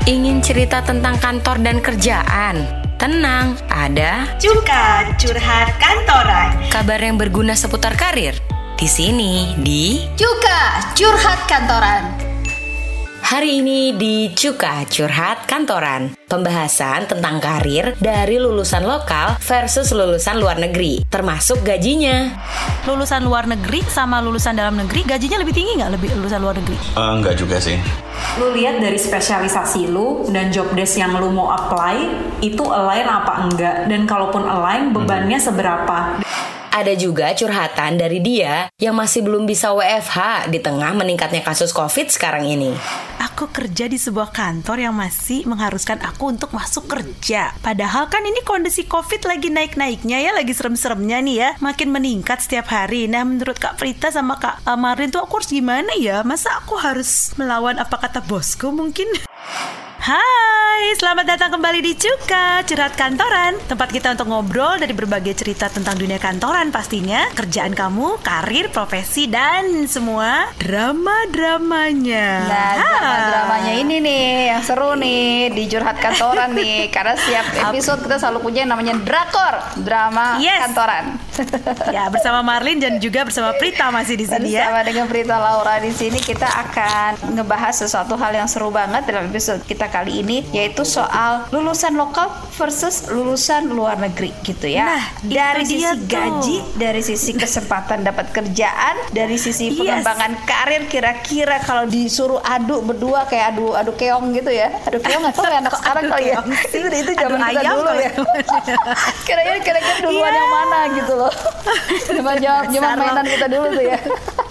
Ingin cerita tentang kantor dan kerjaan? Tenang, ada Cuka Curhat Kantoran. kabar yang berguna seputar karir. Di sini, di Cuka Curhat Kantoran. hari ini di Cuka Curhat Kantoran. Pembahasan tentang karir dari lulusan lokal versus lulusan luar negeri, termasuk gajinya. Lulusan luar negeri sama lulusan dalam negeri gajinya lebih tinggi nggak lebih lulusan luar negeri? Enggak juga sih. Lu lihat dari spesialisasi lu dan job desk yang lu mau apply itu align apa enggak, dan kalaupun align bebannya seberapa. Ada juga curhatan dari dia yang masih belum bisa WFH di tengah meningkatnya kasus COVID sekarang ini. Aku kerja di sebuah kantor yang masih mengharuskan aku untuk masuk kerja. Padahal kan ini kondisi COVID lagi naik-naiknya ya, lagi serem-seremnya nih ya, makin meningkat setiap hari. Nah, menurut Kak Prita sama Kak Marlin tuh aku harus gimana ya? Masa aku harus melawan apa kata bosku mungkin? Hai, selamat datang kembali di Cuka Curhat Kantoran, tempat kita untuk ngobrol dari berbagai cerita tentang dunia kantoran pastinya, kerjaan kamu, karir, profesi, dan semua drama-dramanya. Nah, drama-dramanya ini nih yang seru nih di Curhat Kantoran nih. Karena setiap episode kita selalu punya yang namanya drakor, drama kantoran. Ya, bersama Marlin dan juga bersama Prita masih di sini ya. Bersama dengan Prita Laura di sini kita akan ngebahas sesuatu hal yang seru banget dalam episode kita kali ini, yaitu soal lulusan lokal versus lulusan luar negeri gitu ya. Nah, dari itu dia sisi tuh. gaji, dari sisi kesempatan dapat kerjaan, dari sisi pengembangan karir, kira-kira kalau disuruh adu berdua kayak adu keong gitu ya. Adu keong nggak tahu ya anak sekarang kali ya. Itu zaman Adu kita ayam dulu ya. Kira-kira duluan yang mana gitu loh. Zaman mainan kita dulu tuh ya.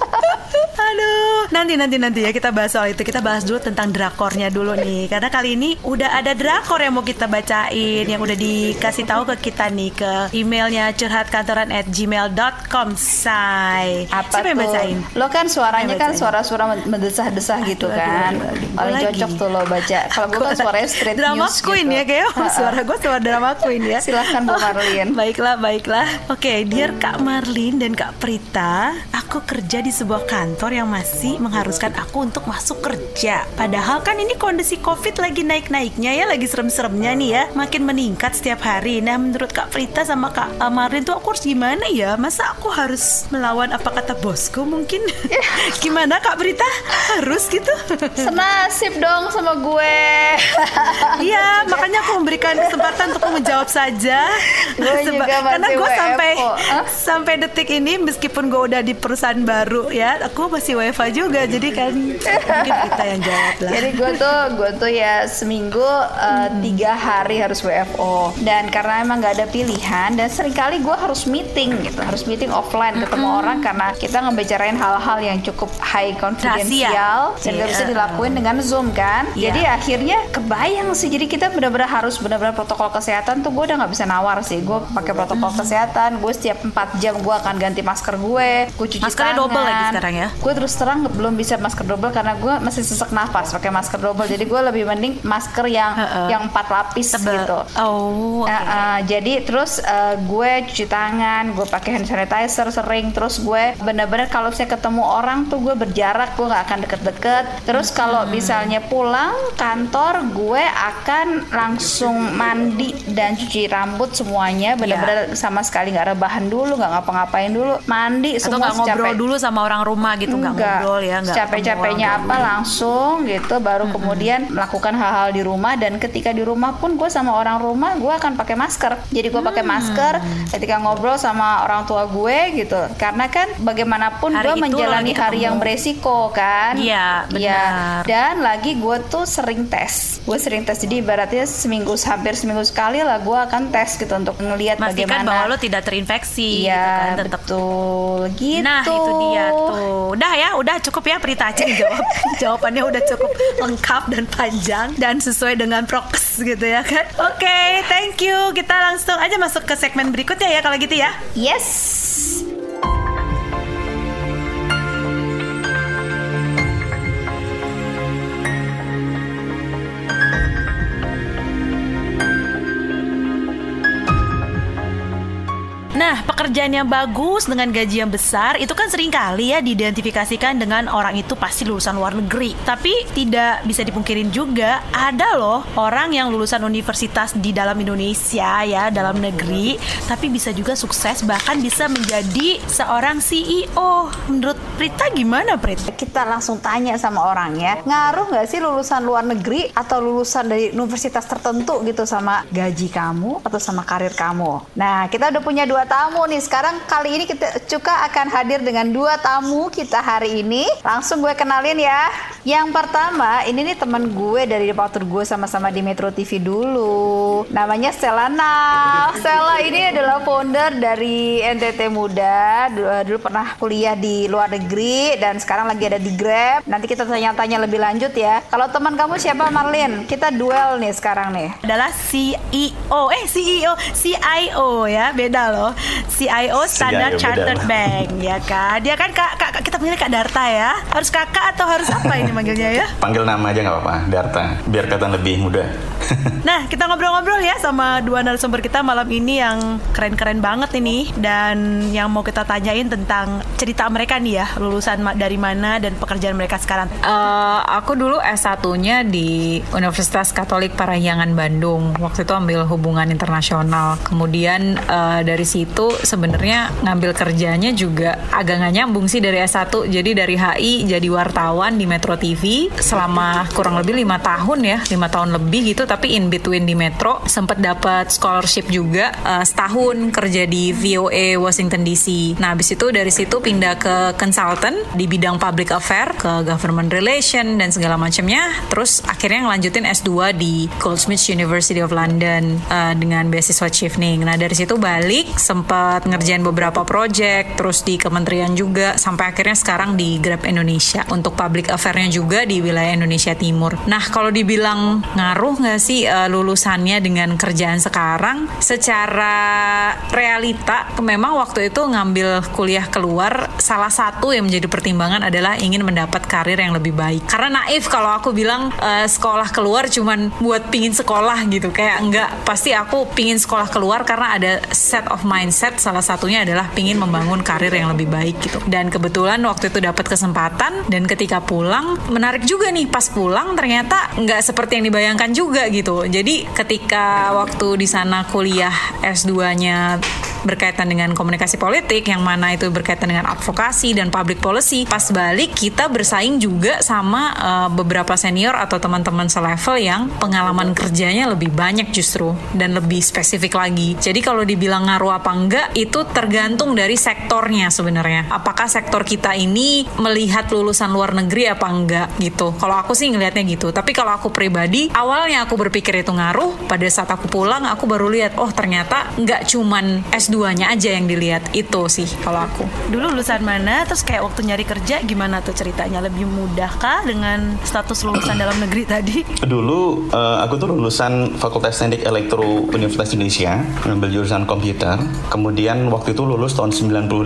Aduh, nanti ya kita bahas soal itu. Kita bahas dulu tentang drakornya dulu nih. Karena kali ini udah ada drakor yang mau kita bacain, yang udah dikasih tahu ke kita nih, ke emailnya curhatkantoran@gmail.com. Say, Apa siapa yang tuh? bacain? Lo kan suaranya Yang kan bacain. suara-suara mendesah-desah gitu kan. Paling Lagi. cocok tuh lo baca. Kalau gue kan suaranya straight drama news queen gitu. ya kayak suara gue suara drama queen ya. Silahkan Bu Marlin. Baiklah. Oke, dear Kak Marlin dan Kak Prita, aku kerja di sebuah kantor yang masih mengharuskan aku untuk masuk kerja. Padahal kan ini kondisi COVID lagi naik-naiknya ya, lagi serem-seremnya nih ya, makin meningkat setiap hari. Nah, menurut Kak Prita sama Kak Marlin tuh aku harus gimana ya? Masa aku harus melawan apa kata bosku mungkin? Gimana Kak Prita? Harus gitu? Senasib dong sama gue. Iya, makanya aku memberikan kesempatan untuk menjawab saja. Gue juga Karena masih gue WFO. sampai detik ini, meskipun gue udah di perusahaan baru ya, aku masih WFA juga. Jadi kan mungkin kita yang jawab lah. Jadi gue tuh ya seminggu 3 hari harus WFO. Dan karena emang nggak ada pilihan, dan seringkali gue harus meeting gitu, harus meeting offline ketemu orang karena kita ngebicarain hal-hal yang cukup high confidential dan nggak bisa dilakuin dengan Zoom kan. Jadi akhirnya kebayang sih. Jadi kita benar-benar harus benar-benar protokol kesehatan tuh gue udah nggak bisa nawar sih. Gue pakai protokol kesehatan. Gue setiap 4 jam gue akan ganti masker gue cuci Maskernya tangan. double lagi sekarang ya? Gue terus terang belum bisa masker double karena gue masih sesak nafas pakai masker double. Jadi gue lebih mending masker yang 4 lapis gitu. Oh, oke. Jadi terus gue cuci tangan, gue pakai hand sanitizer sering. Terus gue bener-bener kalau saya ketemu orang tuh gue berjarak, gue nggak akan deket-deket. Terus kalau misalnya pulang kantor, gue akan langsung mandi dan cuci rambut semuanya. Bener-bener sama sekali nggak rebahan dulu, nggak ngapa-ngapain dulu, mandi Atau semua nggak ngobrol dulu sama orang rumah gitu, nggak ngobrol ya, nggak capek-capeknya ketemu apa orang dulu. langsung gitu, baru kemudian melakukan hal-hal di rumah. Dan ketika di rumah pun gue sama orang rumah gue akan pakai masker. Jadi gue pakai masker ketika ngobrol sama orang tua gue gitu, karena kan bagaimanapun Hari gue itu menjalani lagi hari ketemu. yang beresiko kan. Iya, benar. Iya. Dan lagi gue tuh sering tes. Jadi ibaratnya hampir seminggu sekali lah gue akan tes gitu untuk ngelihat Pastikan bagaimana. bahwa lo tidak terinfeksi. Iya, gitu kan, tetap. betul gitu. Nah, itu dia tuh. Udah cukup ya Prita Aceh jawab. Jawabannya udah cukup lengkap dan panjang dan sesuai dengan prokes gitu ya kan. Oke, thank you. Kita langsung aja masuk ke segmen berikutnya ya kalau gitu ya. Yes. Nah, pekerjaan yang bagus dengan gaji yang besar itu kan seringkali ya diidentifikasikan dengan orang itu pasti lulusan luar negeri. Tapi tidak bisa dipungkirin juga ada loh orang yang lulusan universitas di dalam Indonesia ya, dalam negeri, tapi bisa juga sukses bahkan bisa menjadi seorang CEO. Menurut Prita gimana, Prit? Kita langsung tanya sama orangnya, ngaruh nggak sih lulusan luar negeri atau lulusan dari universitas tertentu gitu sama gaji kamu atau sama karir kamu? Nah, kita udah punya 2 tamu nih. Sekarang kali ini kita Cuka akan hadir dengan 2 tamu kita hari ini. Langsung gue kenalin ya. Yang pertama, ini nih teman gue dari waktu gue sama-sama di Metro TV dulu. Namanya Stella Nal. Stella ini adalah founder dari NTT Muda. Dulu pernah kuliah di luar negeri dan sekarang lagi ada di Grab. Nanti kita tanya-tanya lebih lanjut ya. Kalau teman kamu siapa, Marlin? Kita duel nih sekarang nih. Adalah CIO ya, beda loh. CIO Standard Chartered Bank ya kan. Dia kan kak kita panggil Kak Darta ya. Harus kakak atau harus apa ini manggilnya ya? Panggil nama aja nggak apa-apa, Darta, biar kelihatan lebih muda. Nah, kita ngobrol-ngobrol ya sama 2 narasumber kita malam ini yang keren-keren banget ini, dan yang mau kita tanyain tentang cerita mereka nih ya, lulusan dari mana dan pekerjaan mereka sekarang. Aku dulu S1-nya di Universitas Katolik Parahyangan Bandung. Waktu itu ambil hubungan internasional. Kemudian dari situ sebenarnya ngambil kerjanya juga agak nggak nyambung sih dari S1. Jadi dari HI jadi wartawan di Metro TV selama kurang lebih 5 tahun ya, 5 tahun lebih gitu. Tapi in between di Metro sempat dapat scholarship juga setahun kerja di VOA Washington DC. Nah, habis itu dari situ pindah ke consultant di bidang public affair, ke government relation dan segala macamnya. Terus akhirnya ngelanjutin S2 di Goldsmiths University of London dengan beasiswa Chevening. Nah, dari situ balik sempat ngerjain beberapa project, terus di kementerian juga, sampai akhirnya sekarang di Grab Indonesia untuk public affair-nya juga di wilayah Indonesia Timur. Nah, kalau dibilang ngaruh nggak sih lulusannya dengan kerjaan sekarang? Secara realita, memang waktu itu ngambil kuliah keluar, salah satu yang menjadi pertimbangan adalah ingin mendapat karir yang lebih baik. Karena naif kalau aku bilang sekolah keluar cuman buat pingin sekolah gitu, kayak enggak, pasti aku pingin sekolah keluar karena ada set of mindset, salah satunya adalah pingin membangun karir yang lebih baik gitu. Dan kebetulan waktu itu dapat kesempatan, dan ketika pulang menarik juga nih, pas pulang ternyata nggak seperti yang dibayangkan juga gitu. Jadi ketika waktu di sana kuliah S2-nya berkaitan dengan komunikasi politik, yang mana itu berkaitan dengan advokasi dan public policy, pas balik kita bersaing juga sama beberapa senior atau teman-teman selevel yang pengalaman kerjanya lebih banyak justru dan lebih spesifik lagi. Jadi kalau dibilang ngaruh apa enggak, itu tergantung dari sektornya sebenarnya. Apakah sektor kita ini melihat lulusan luar negeri apa enggak gitu. Kalau aku sih ngelihatnya gitu. Tapi kalau aku pribadi, awalnya aku berpikir itu ngaruh. Pada saat aku pulang, aku baru lihat, oh ternyata nggak cuman S2-nya aja yang dilihat. Itu sih kalau aku. Dulu lulusan mana? Terus kayak waktu nyari kerja gimana tuh ceritanya? Lebih mudah kah dengan status lulusan dalam negeri tadi? Dulu aku tuh lulusan Fakultas Teknik Elektro Universitas Indonesia, ngambil jurusan komputer. Kemudian waktu itu lulus tahun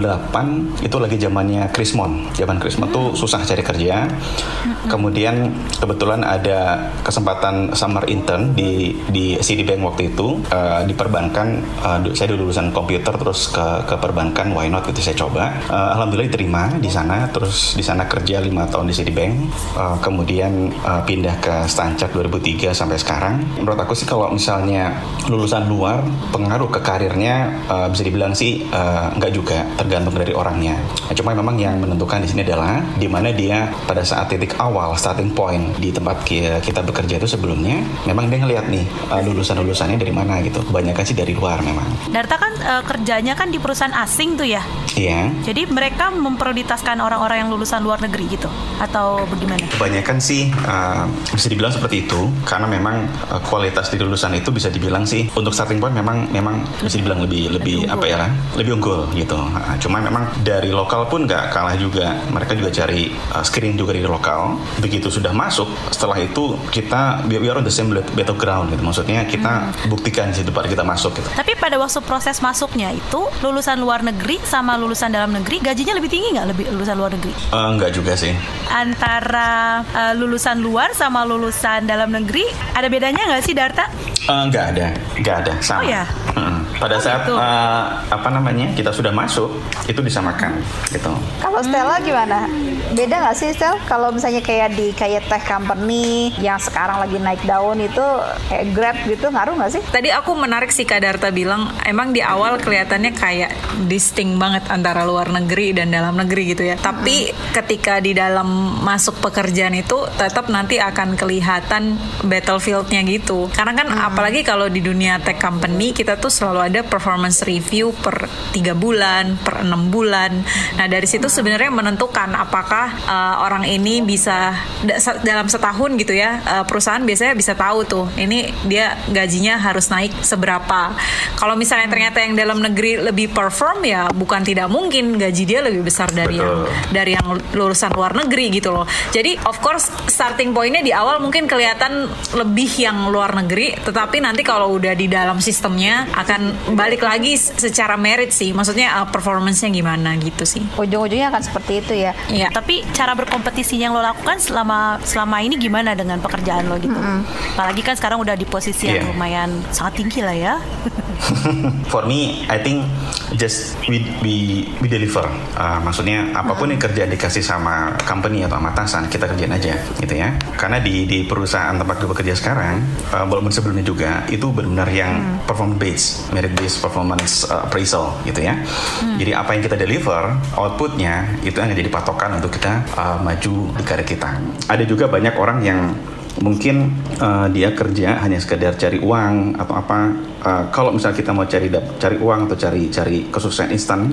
98, itu lagi zamannya Krismon. Zaman Krismon tuh susah cari kerja. Kemudian kebetulan ada kesempatan summer intern di Citibank waktu itu, di perbankan. Saya dulu lulusan komputer terus ke perbankan, why not gitu, saya coba. Alhamdulillah diterima di sana, terus di sana kerja 5 tahun di Citibank. Kemudian pindah ke Stanchart 2003 sampai sekarang. Menurut aku sih kalau misalnya lulusan luar pengaruh ke karirnya, bisa dibilang sih enggak juga, tergantung dari orangnya. Cuma memang yang menentukan di sini adalah di mana dia pada saat titik awal, starting point di tempat kita bekerja itu sebelumnya, memang dia ngelihat nih lulusan-lulusannya dari mana gitu. Kebanyakan sih dari luar memang. Darta kan kerjanya kan di perusahaan asing tuh ya? Iya. Jadi mereka memprioritaskan orang-orang yang lulusan luar negeri gitu? Atau bagaimana? Kebanyakan sih bisa dibilang seperti itu, karena memang kualitas di lulusan itu bisa dibilang sih untuk starting point memang bisa dibilang lebih apa ya, lebih unggul gitu. Cuma memang dari lokal pun nggak kalah juga, mereka juga cari screening juga dari lokal. Begitu sudah masuk, setelah itu kita we are on the same battleground gitu, maksudnya kita buktikan di situ pada kita masuk gitu. Tapi pada waktu proses masuk masuknya itu lulusan luar negeri sama lulusan dalam negeri gajinya lebih tinggi nggak lulusan luar negeri? Enggak juga sih. Antara lulusan luar sama lulusan dalam negeri ada bedanya nggak sih, Darta? Nggak ada, sama. Oh ya? Pada saat gitu. Kita sudah masuk itu disamakan gitu. Kalau Stella gimana? Beda nggak sih Stella? Kalau misalnya kayak tech company yang sekarang lagi naik daun itu kayak Grab gitu, ngaruh nggak sih? Tadi aku menarik sih Kak Darta bilang, emang di awal kelihatannya kayak distinct banget antara luar negeri dan dalam negeri gitu ya. Tapi ketika di dalam masuk pekerjaan itu tetap nanti akan kelihatan battlefieldnya gitu. Karena kan apalagi kalau di dunia tech company kita tuh selalu ada performance review per 3 bulan, per 6 bulan. Nah dari situ sebenarnya menentukan apakah orang ini bisa dalam setahun gitu ya, perusahaan biasanya bisa tahu tuh ini dia gajinya harus naik seberapa. Kalau misalnya ternyata yang dalam negeri lebih perform ya bukan tidak mungkin gaji dia lebih besar dari yang lulusan luar negeri gitu loh. Jadi of course starting pointnya di awal mungkin kelihatan lebih yang luar negeri, tetapi nanti kalau udah di dalam sistemnya akan balik lagi secara merit sih. Maksudnya performance-nya gimana gitu sih. Ujung-ujungnya akan seperti itu ya. Iya. Tapi cara berkompetisi yang lo lakukan selama ini gimana dengan pekerjaan lo gitu? Apalagi kan sekarang udah di posisi yang lumayan sangat tinggi lah ya. For me, I think just we deliver. Maksudnya apapun yang kerjaan dikasih sama company atau sama atasan, kita kerjain aja gitu ya. Karena di perusahaan tempat gue bekerja sekarang, walaupun sebelumnya juga itu benar-benar yang performance based, merit based performance appraisal gitu ya. Jadi apa yang kita deliver, outputnya itu yang jadi patokan untuk kita maju di karir kita. Ada juga banyak orang yang mungkin dia kerja hanya sekedar cari uang atau apa. Kalau misalnya kita mau cari uang atau cari kesuksesan instan,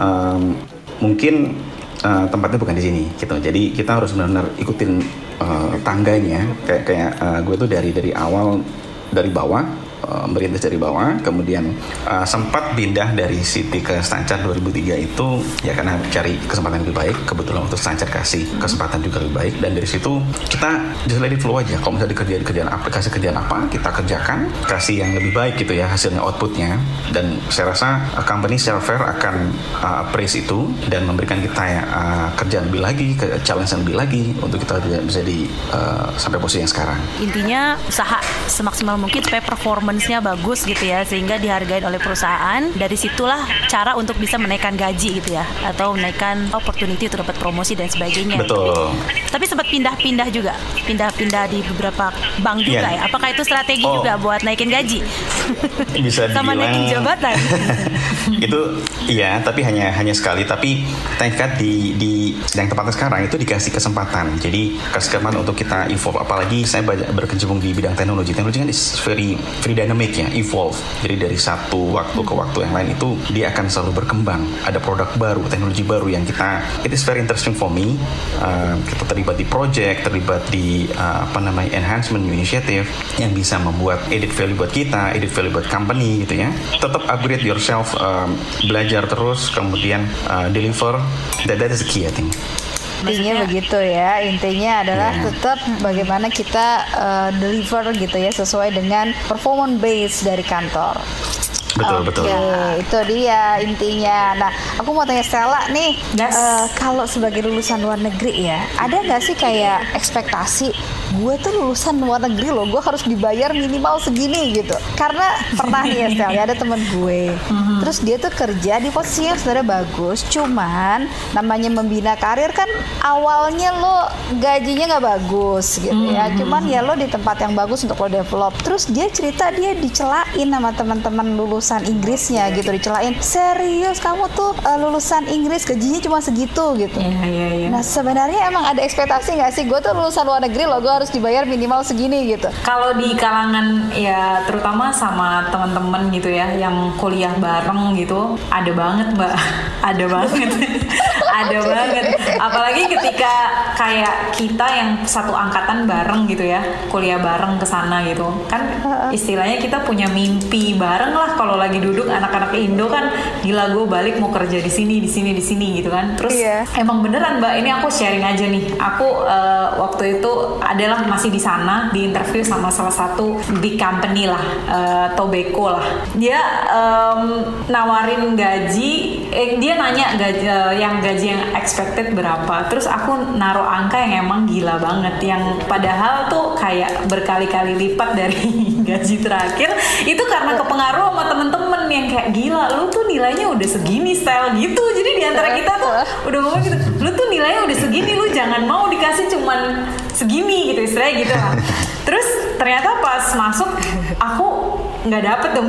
mungkin tempatnya bukan di sini gitu. Jadi kita harus benar-benar ikutin tangganya. Kayak gue tuh dari awal dari bawah. Merintis dari bawah, kemudian sempat pindah dari City ke Stanchart 2003 itu ya karena cari kesempatan lebih baik. Kebetulan untuk Stanchart kasih kesempatan juga lebih baik, dan dari situ kita just let it flow aja. Kalau misalnya kerjaan aplikasi kerjaan apa kita kerjakan, kasih yang lebih baik gitu ya hasilnya, outputnya, dan saya rasa company secara fair akan appraise itu dan memberikan kita kerjaan lebih lagi, challenge yang lebih lagi untuk kita bisa sampai posisi yang sekarang. Intinya usaha semaksimal mungkin supaya performance-nya bagus gitu ya, sehingga dihargai oleh perusahaan. Dari situlah cara untuk bisa menaikkan gaji gitu ya, atau menaikkan opportunity untuk dapat promosi dan sebagainya. Betul. Tapi sempat pindah-pindah juga, pindah-pindah di beberapa bank juga ya. Apakah itu strategi juga buat naikin gaji? Bisa dibilang sama naikin jabatan. Itu iya, tapi hanya sekali. Tapi tingkat di yang tempatnya sekarang itu dikasih kesempatan. Jadi kesempatan untuk kita evolve. Apalagi saya berkecimpung di bidang teknologi. Teknologi kan is very dynamic ya, evolve. Jadi dari satu waktu ke waktu yang lain itu dia akan selalu berkembang. Ada produk baru, teknologi baru yang it is very interesting for me. Kita terlibat di project, terlibat di enhancement initiative yang bisa membuat added value buat kita, added value buat company gitu ya. Tetap upgrade yourself, belajar terus, kemudian deliver. That is the key I think. Intinya begitu ya, intinya adalah tetap bagaimana kita deliver gitu ya sesuai dengan performance base dari kantor. Betul. Itu dia intinya. Nah, aku mau tanya Stella nih, kalau sebagai lulusan luar negeri ya, ada nggak sih kayak ekspektasi gue tuh lulusan luar negeri loh, gue harus dibayar minimal segini gitu? Karena pernah nih ya Stella, ada temen gue, terus dia tuh kerja di posisi yang sebenarnya bagus, cuman namanya membina karir kan awalnya lo gajinya nggak bagus gitu ya, cuman ya lo di tempat yang bagus untuk lo develop. Terus dia cerita dia dicelain sama teman-teman lulusan Inggrisnya gitu, dicelain, serius kamu tuh lulusan Inggris gajinya cuma segitu gitu. Iya. Nah sebenarnya emang ada ekspektasi nggak sih, gue tuh lulusan luar negeri loh, gue harus dibayar minimal segini gitu? Kalau di kalangan ya terutama sama teman-teman gitu ya yang kuliah bareng gitu, ada banget Mbak, ada banget. Ada banget. Apalagi ketika kayak kita yang satu angkatan bareng gitu ya, kuliah bareng ke sana gitu. Kan istilahnya kita punya mimpi bareng lah kalau lagi duduk anak-anak Indo kan, gila gue balik mau kerja di sini gitu kan. Terus emang beneran Mbak, ini aku sharing aja nih. Aku waktu itu adalah masih di sana, di interview sama salah satu big company lah, Tobacco lah. Dia nawarin gaji, dia nanya gaji yang expected berapa. Terus aku naruh angka yang emang gila banget, yang padahal tuh kayak berkali-kali lipat dari gaji terakhir. Itu karena kepengaruh sama temen-temen yang kayak, gila lu tuh nilainya udah segini style gitu. Jadi di antara kita tuh udah ngomong gitu, lu tuh nilainya udah segini, lu jangan mau dikasih cuman segini gitu, istilahnya gitu lah. Terus ternyata pas masuk aku nggak dapet dong.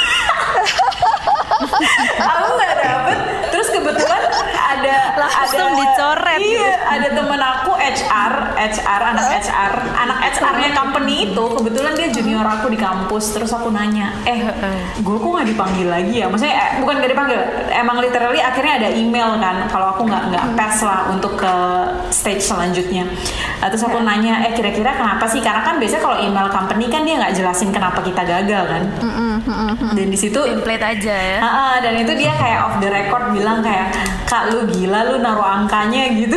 Aku nggak dapet. Terus kebetulan ada dicoret. Iya, ada temen aku anak HR-nya company itu, kebetulan dia junior aku di kampus. Terus aku nanya, gue kok nggak dipanggil lagi ya? Maksudnya bukan nggak dipanggil, emang literally akhirnya ada email kan kalau aku nggak pass lah untuk ke stage selanjutnya. Terus aku nanya, kira-kira kenapa sih? Karena kan biasanya kalau email company kan dia nggak jelasin kenapa kita gagal kan. Dan di situ template aja ya. Dan itu dia kayak off the record bilang kayak, Kak lu gila lu naruh angkanya gitu.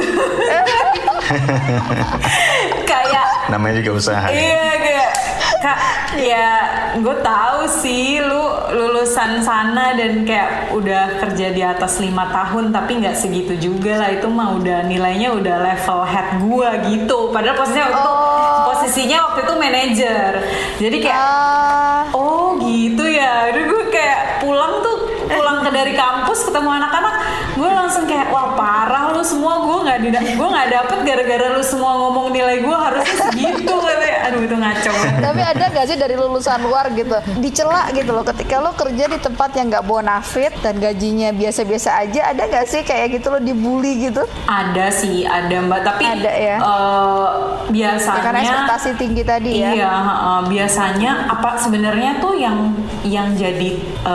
Kayak namanya juga usaha. Iya kayak, Kak ya gue tahu sih lu lulusan sana dan kayak udah kerja di atas 5 tahun, tapi nggak segitu juga lah, itu mah udah nilainya udah level head gue gitu. Padahal posisinya waktu itu manajer. Jadi kayak oh gitu ya. Aduh, gue kayak pulang ke dari kampus ketemu anak-anak, gue langsung kayak wah parah lu semua, gue nggak dapet gara-gara lu semua ngomong nilai gue harusnya segitu. Aduh itu ngaco. Tapi ada nggak sih dari lulusan luar gitu dicela gitu loh ketika lo kerja di tempat yang nggak bonafit dan gajinya biasa-biasa aja, ada nggak sih kayak gitu lo dibully gitu? Ada sih, ada Mbak, tapi ada ya. Biasanya karena ekspektasi tinggi tadi ya. Iya, biasanya apa sebenarnya tuh yang jadi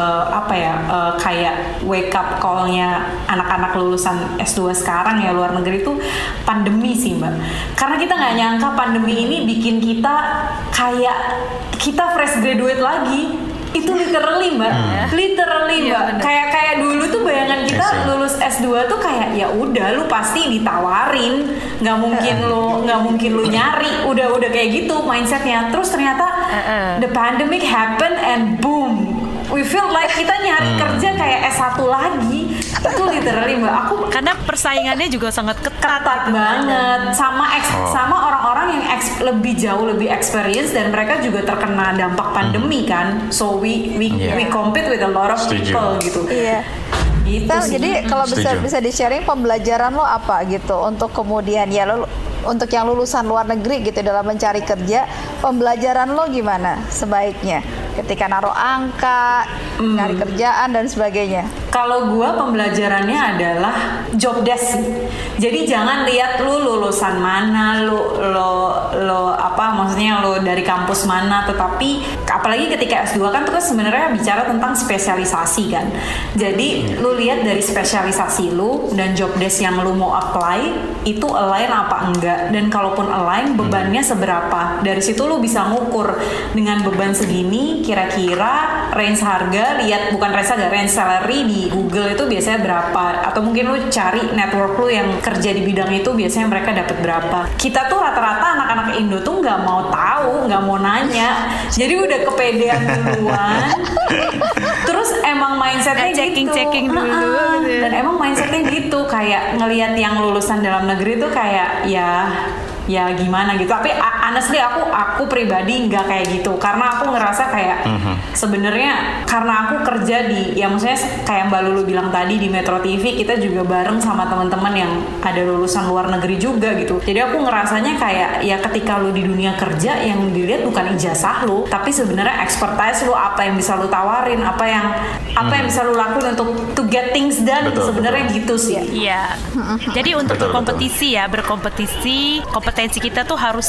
kayak wake up call-nya anak-anak lulusan S2 sekarang ya luar negeri tuh pandemi sih Mbak. Karena kita nggak nyangka pandemi ini bikin kita kayak kita fresh graduate lagi. Itu literally Mbak, Mbak. Kayak dulu tuh bayangan kita lulus S2 tuh kayak ya udah lu pasti ditawarin, nggak mungkin lu nyari, udah kayak gitu mindsetnya. Terus ternyata the pandemic happen and boom, we feel like kita nyari kerja kayak S1 lagi. Itu literally Mbak, aku karena persaingannya juga sangat ketat banget sama orang-orang yang lebih experience dan mereka juga terkena dampak pandemi kan. So we compete with a lot of people gitu. Iya. Gitu sih. Jadi kalau bisa di-sharing pembelajaran lo apa gitu untuk kemudian ya lo untuk yang lulusan luar negeri gitu dalam mencari kerja, pembelajaran lo gimana sebaiknya ketika naruh angka, nyari kerjaan dan sebagainya? Kalau gua pembelajarannya adalah job desk. Jadi jangan lihat lu lulusan mana, lo maksudnya lo dari kampus mana, tetapi apalagi ketika S2 kan itu sebenarnya bicara tentang spesialisasi kan. Jadi lu lihat dari spesialisasi lu dan job desk yang lu mau apply itu align apa enggak, dan kalaupun align bebannya seberapa. Dari situ lu bisa ngukur dengan beban segini kira-kira range harga, lihat bukan range salary di Google itu biasanya berapa, atau mungkin lu cari network lu yang kerja di bidang itu biasanya mereka dapat berapa. Kita tuh rata-rata anak-anak Indo tuh nggak mau tahu, nggak mau nanya, jadi udah kepedean duluan. Terus emang mindsetnya checking dulu dan emang mindsetnya gitu, kayak ngelihat yang lulusan dalam negeri tuh kayak ya gimana gitu. Tapi honestly aku pribadi nggak kayak gitu, karena aku ngerasa kayak sebenarnya karena aku kerja di, ya maksudnya kayak Mbak Lulu bilang tadi di Metro TV, kita juga bareng sama teman-teman yang ada lulusan luar negeri juga gitu. Jadi aku ngerasanya kayak ya ketika lu di dunia kerja yang dilihat bukan ijazah lu, tapi sebenarnya expertise lu, apa yang bisa lu tawarin, apa yang bisa lu lakuin untuk to get things done. Sebenarnya gitu sih. Iya. Jadi untuk berkompetisi, kompetensi kita tuh harus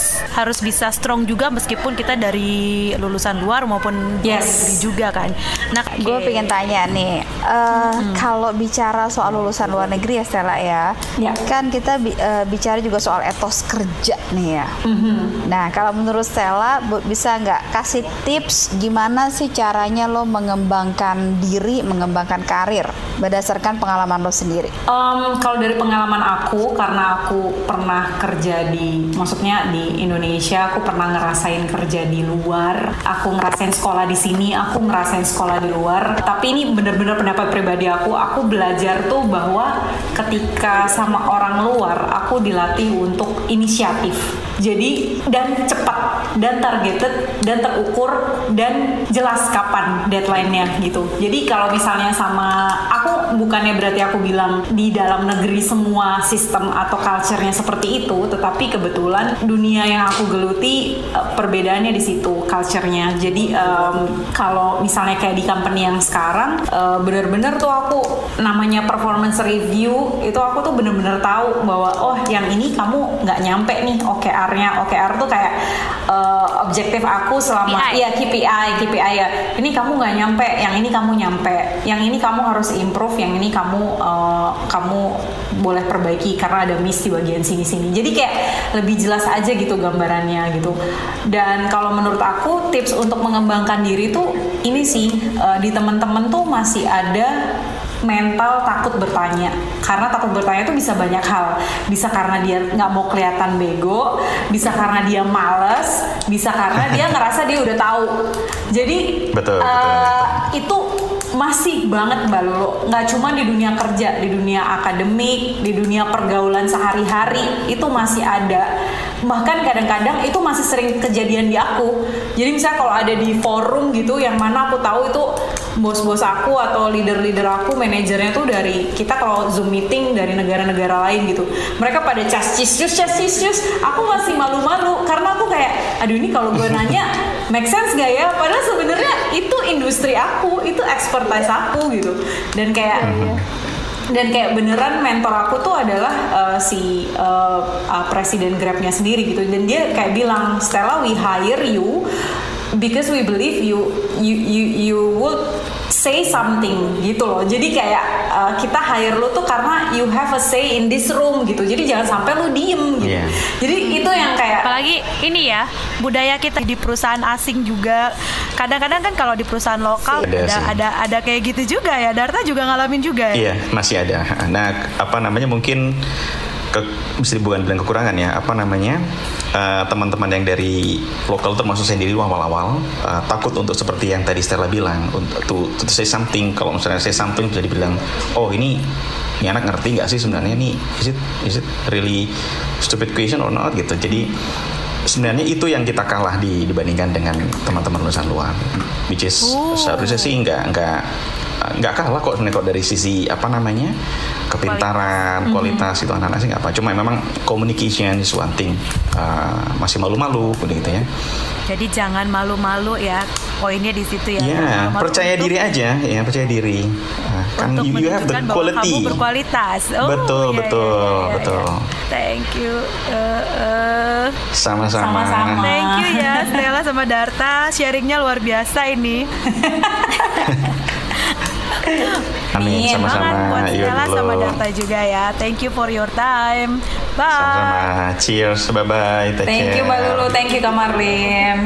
harus bisa strong juga meskipun kita dari lulusan luar maupun luar negeri juga kan. Nah, gue pengen tanya nih, kalau bicara soal lulusan luar negeri ya Stella ya, kan kita bicara juga soal etos kerja nih ya. Nah, kalau menurut Stella bisa nggak kasih tips gimana sih caranya lo mengembangkan diri, mengembangkan karir berdasarkan pengalaman lo sendiri? Kalau dari pengalaman aku, karena aku pernah kerja maksudnya di Indonesia, aku pernah ngerasain kerja di luar, aku ngerasain sekolah di sini, aku ngerasain sekolah di luar. Tapi ini benar-benar pendapat pribadi aku belajar tuh bahwa ketika sama orang luar, aku dilatih untuk inisiatif. Jadi dan cepat dan targeted dan terukur dan jelas kapan deadline-nya gitu. Jadi kalau misalnya sama aku, bukannya berarti aku bilang di dalam negeri semua sistem atau culture-nya seperti itu, tetapi kebetulan dunia yang aku geluti perbedaannya di situ culture-nya. Jadi kalau misalnya kayak di company yang sekarang benar-benar tuh aku namanya performance review itu aku tuh benar-benar tahu bahwa oh yang ini kamu nggak nyampe nih OKR tuh kayak objektif aku selama KPI ya, ini kamu nggak nyampe, yang ini kamu nyampe, yang ini kamu harus improve, yang ini kamu boleh perbaiki karena ada miss di bagian sini. Jadi kayak lebih jelas aja gitu gambarannya gitu. Dan kalau menurut aku tips untuk mengembangkan diri tuh ini sih, di teman-teman tuh masih ada mental takut bertanya. Karena takut bertanya itu bisa banyak hal. Bisa karena dia nggak mau kelihatan bego, bisa karena dia malas, bisa karena dia ngerasa dia udah tahu. Jadi betul. Itu masih banget Mbak Lulu, nggak cuma di dunia kerja, di dunia akademik, di dunia pergaulan sehari-hari itu masih ada. Bahkan kadang-kadang itu masih sering kejadian di aku. Jadi misalnya kalau ada di forum gitu yang mana aku tahu itu bos-bos aku atau leader-leader aku, manajernya tuh dari kita kalau Zoom meeting dari negara-negara lain gitu. Mereka pada cas-cis, aku masih malu-malu karena aku kayak aduh ini kalau gue nanya make sense gak ya? Padahal sebenarnya itu industri aku, itu expertise aku gitu. Dan kayak beneran mentor aku tuh adalah si presiden Grabnya sendiri gitu. Dan dia kayak bilang, Stella, we hire you because we believe you would say something gitu loh. Jadi kayak kita hire lo tuh karena you have a say in this room gitu. Jadi jangan sampai lo diem gitu. Jadi itu yang kayak, apalagi ini ya budaya kita di perusahaan asing juga. Kadang-kadang kan kalau di perusahaan lokal ada kayak gitu juga ya. Darta juga ngalamin juga ya. Iya, masih ada. Nah, mungkin bisa bukan bilang kekurangan ya, teman-teman yang dari lokal termasuk saya sendiri awal-awal takut untuk seperti yang tadi Stella bilang, untuk to say something. Kalau misalnya say something bisa dibilang, oh ini anak ngerti nggak sih sebenarnya nih, is it really stupid question or not gitu. Jadi sebenarnya itu yang kita kalah dibandingkan dengan teman-teman lulusan luar, which is seharusnya sih nggak kalah kok sebenarnya dari sisi kepintaran, kualitas itu anak-anak sih nggak apa. Cuma memang communication is one thing, masih malu-malu gitu ya. Jadi jangan malu-malu ya, poinnya di situ ya. Iya, percaya diri aja ya, percaya diri. Kan you have the quality. Kamu berkualitas. Betul. Thank you. Sama-sama. Thank you ya Stella sama Darta, sharingnya luar biasa ini. Amin, sama-sama. Buat Stella sama Darta juga ya. Thank you for your time. Bye. Sama-sama. Cheers. Bye-bye. Thank you Mbak Lulu. Thank you Kak Marlin.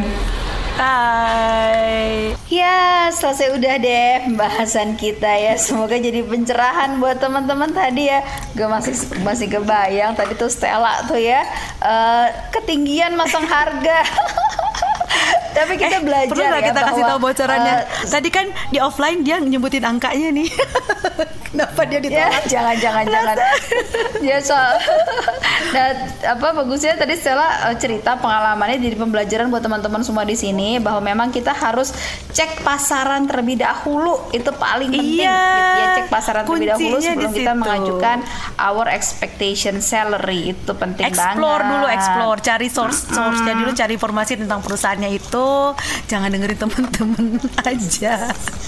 Bye. Ya, selesai udah deh pembahasan kita ya. Semoga jadi pencerahan buat teman-teman tadi ya. Gue masih kebayang tadi tuh Stella tuh ya, ketinggian masang harga. Tapi kita belajar perlu ya kita bahwa, kasih tahu bocorannya. Tadi kan di offline dia nyebutin angkanya nih. Kenapa dia ditolak? Ya, jangan. Ya soal. Bagusnya tadi Stella cerita pengalamannya jadi pembelajaran buat teman-teman semua di sini bahwa memang kita harus cek pasaran terlebih dahulu, itu paling penting. Iya, gitu ya, cek pasaran terlebih dahulu sebelum kita situ. mengajukan our expectation salary, itu penting banget. Explore, cari source-nya dulu, cari informasi tentang perusahaannya itu. Jangan dengerin temen-temen aja.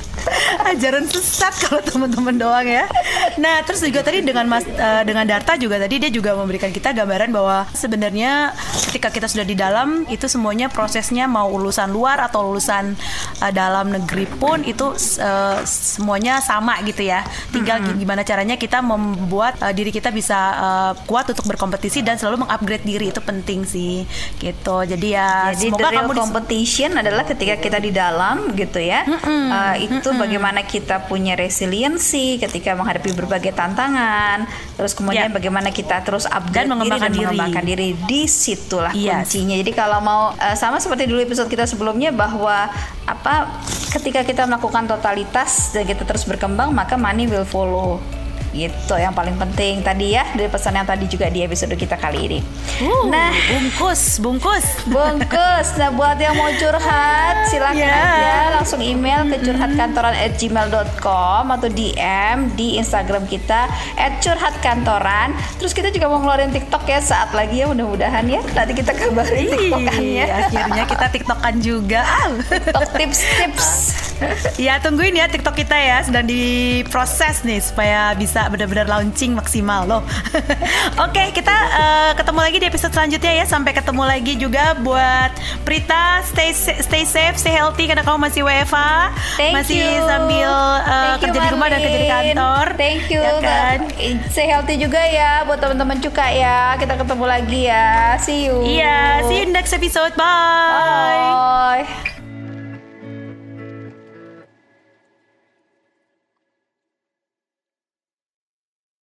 Ajaran sesat kalau teman-teman doang ya. Nah, terus juga tadi dengan Darta juga tadi dia juga memberikan kita gambaran bahwa sebenarnya ketika kita sudah di dalam itu semuanya prosesnya mau lulusan luar atau lulusan dalam negeri pun itu semuanya sama gitu ya. Tinggal gimana caranya kita membuat diri kita bisa kuat untuk berkompetisi dan selalu mengupgrade diri, itu penting sih gitu. Jadi semoga the real kamu competition adalah ketika kita di dalam gitu ya. Itu bagaimana kita punya resiliensi ketika menghadapi berbagai tantangan, terus kemudian bagaimana kita terus upgrade dan mengembangkan diri. Disitulah kuncinya. Jadi kalau mau sama seperti dulu episode kita sebelumnya bahwa ketika kita melakukan totalitas dan kita terus berkembang, maka money will follow. Gitu yang paling penting tadi ya, dari pesan yang tadi juga di episode kita kali ini. Nah, bungkus. Nah, buat yang mau curhat silakan aja langsung email ke curhatkantoran@gmail.com atau DM di Instagram kita @curhatkantoran. Terus kita juga mau ngeluarin TikTok ya saat lagi ya, mudah-mudahan ya. Nanti kita kabarin TikTokannya. Akhirnya kita TikTokan juga. TikTok tips-tips. Ya, tungguin ya TikTok kita ya, sedang diproses nih supaya bisa benar-benar launching maksimal loh. Oke, kita ketemu lagi di episode selanjutnya ya. Sampai ketemu lagi juga buat Prita, stay safe, stay healthy karena kamu masih WFH, masih sambil kerja di rumah dan kerja di kantor. Thank you. Ya kan? Stay healthy juga ya buat teman-teman Cuka ya. Kita ketemu lagi ya. See you. Iya, see you in next episode. Bye. Bye.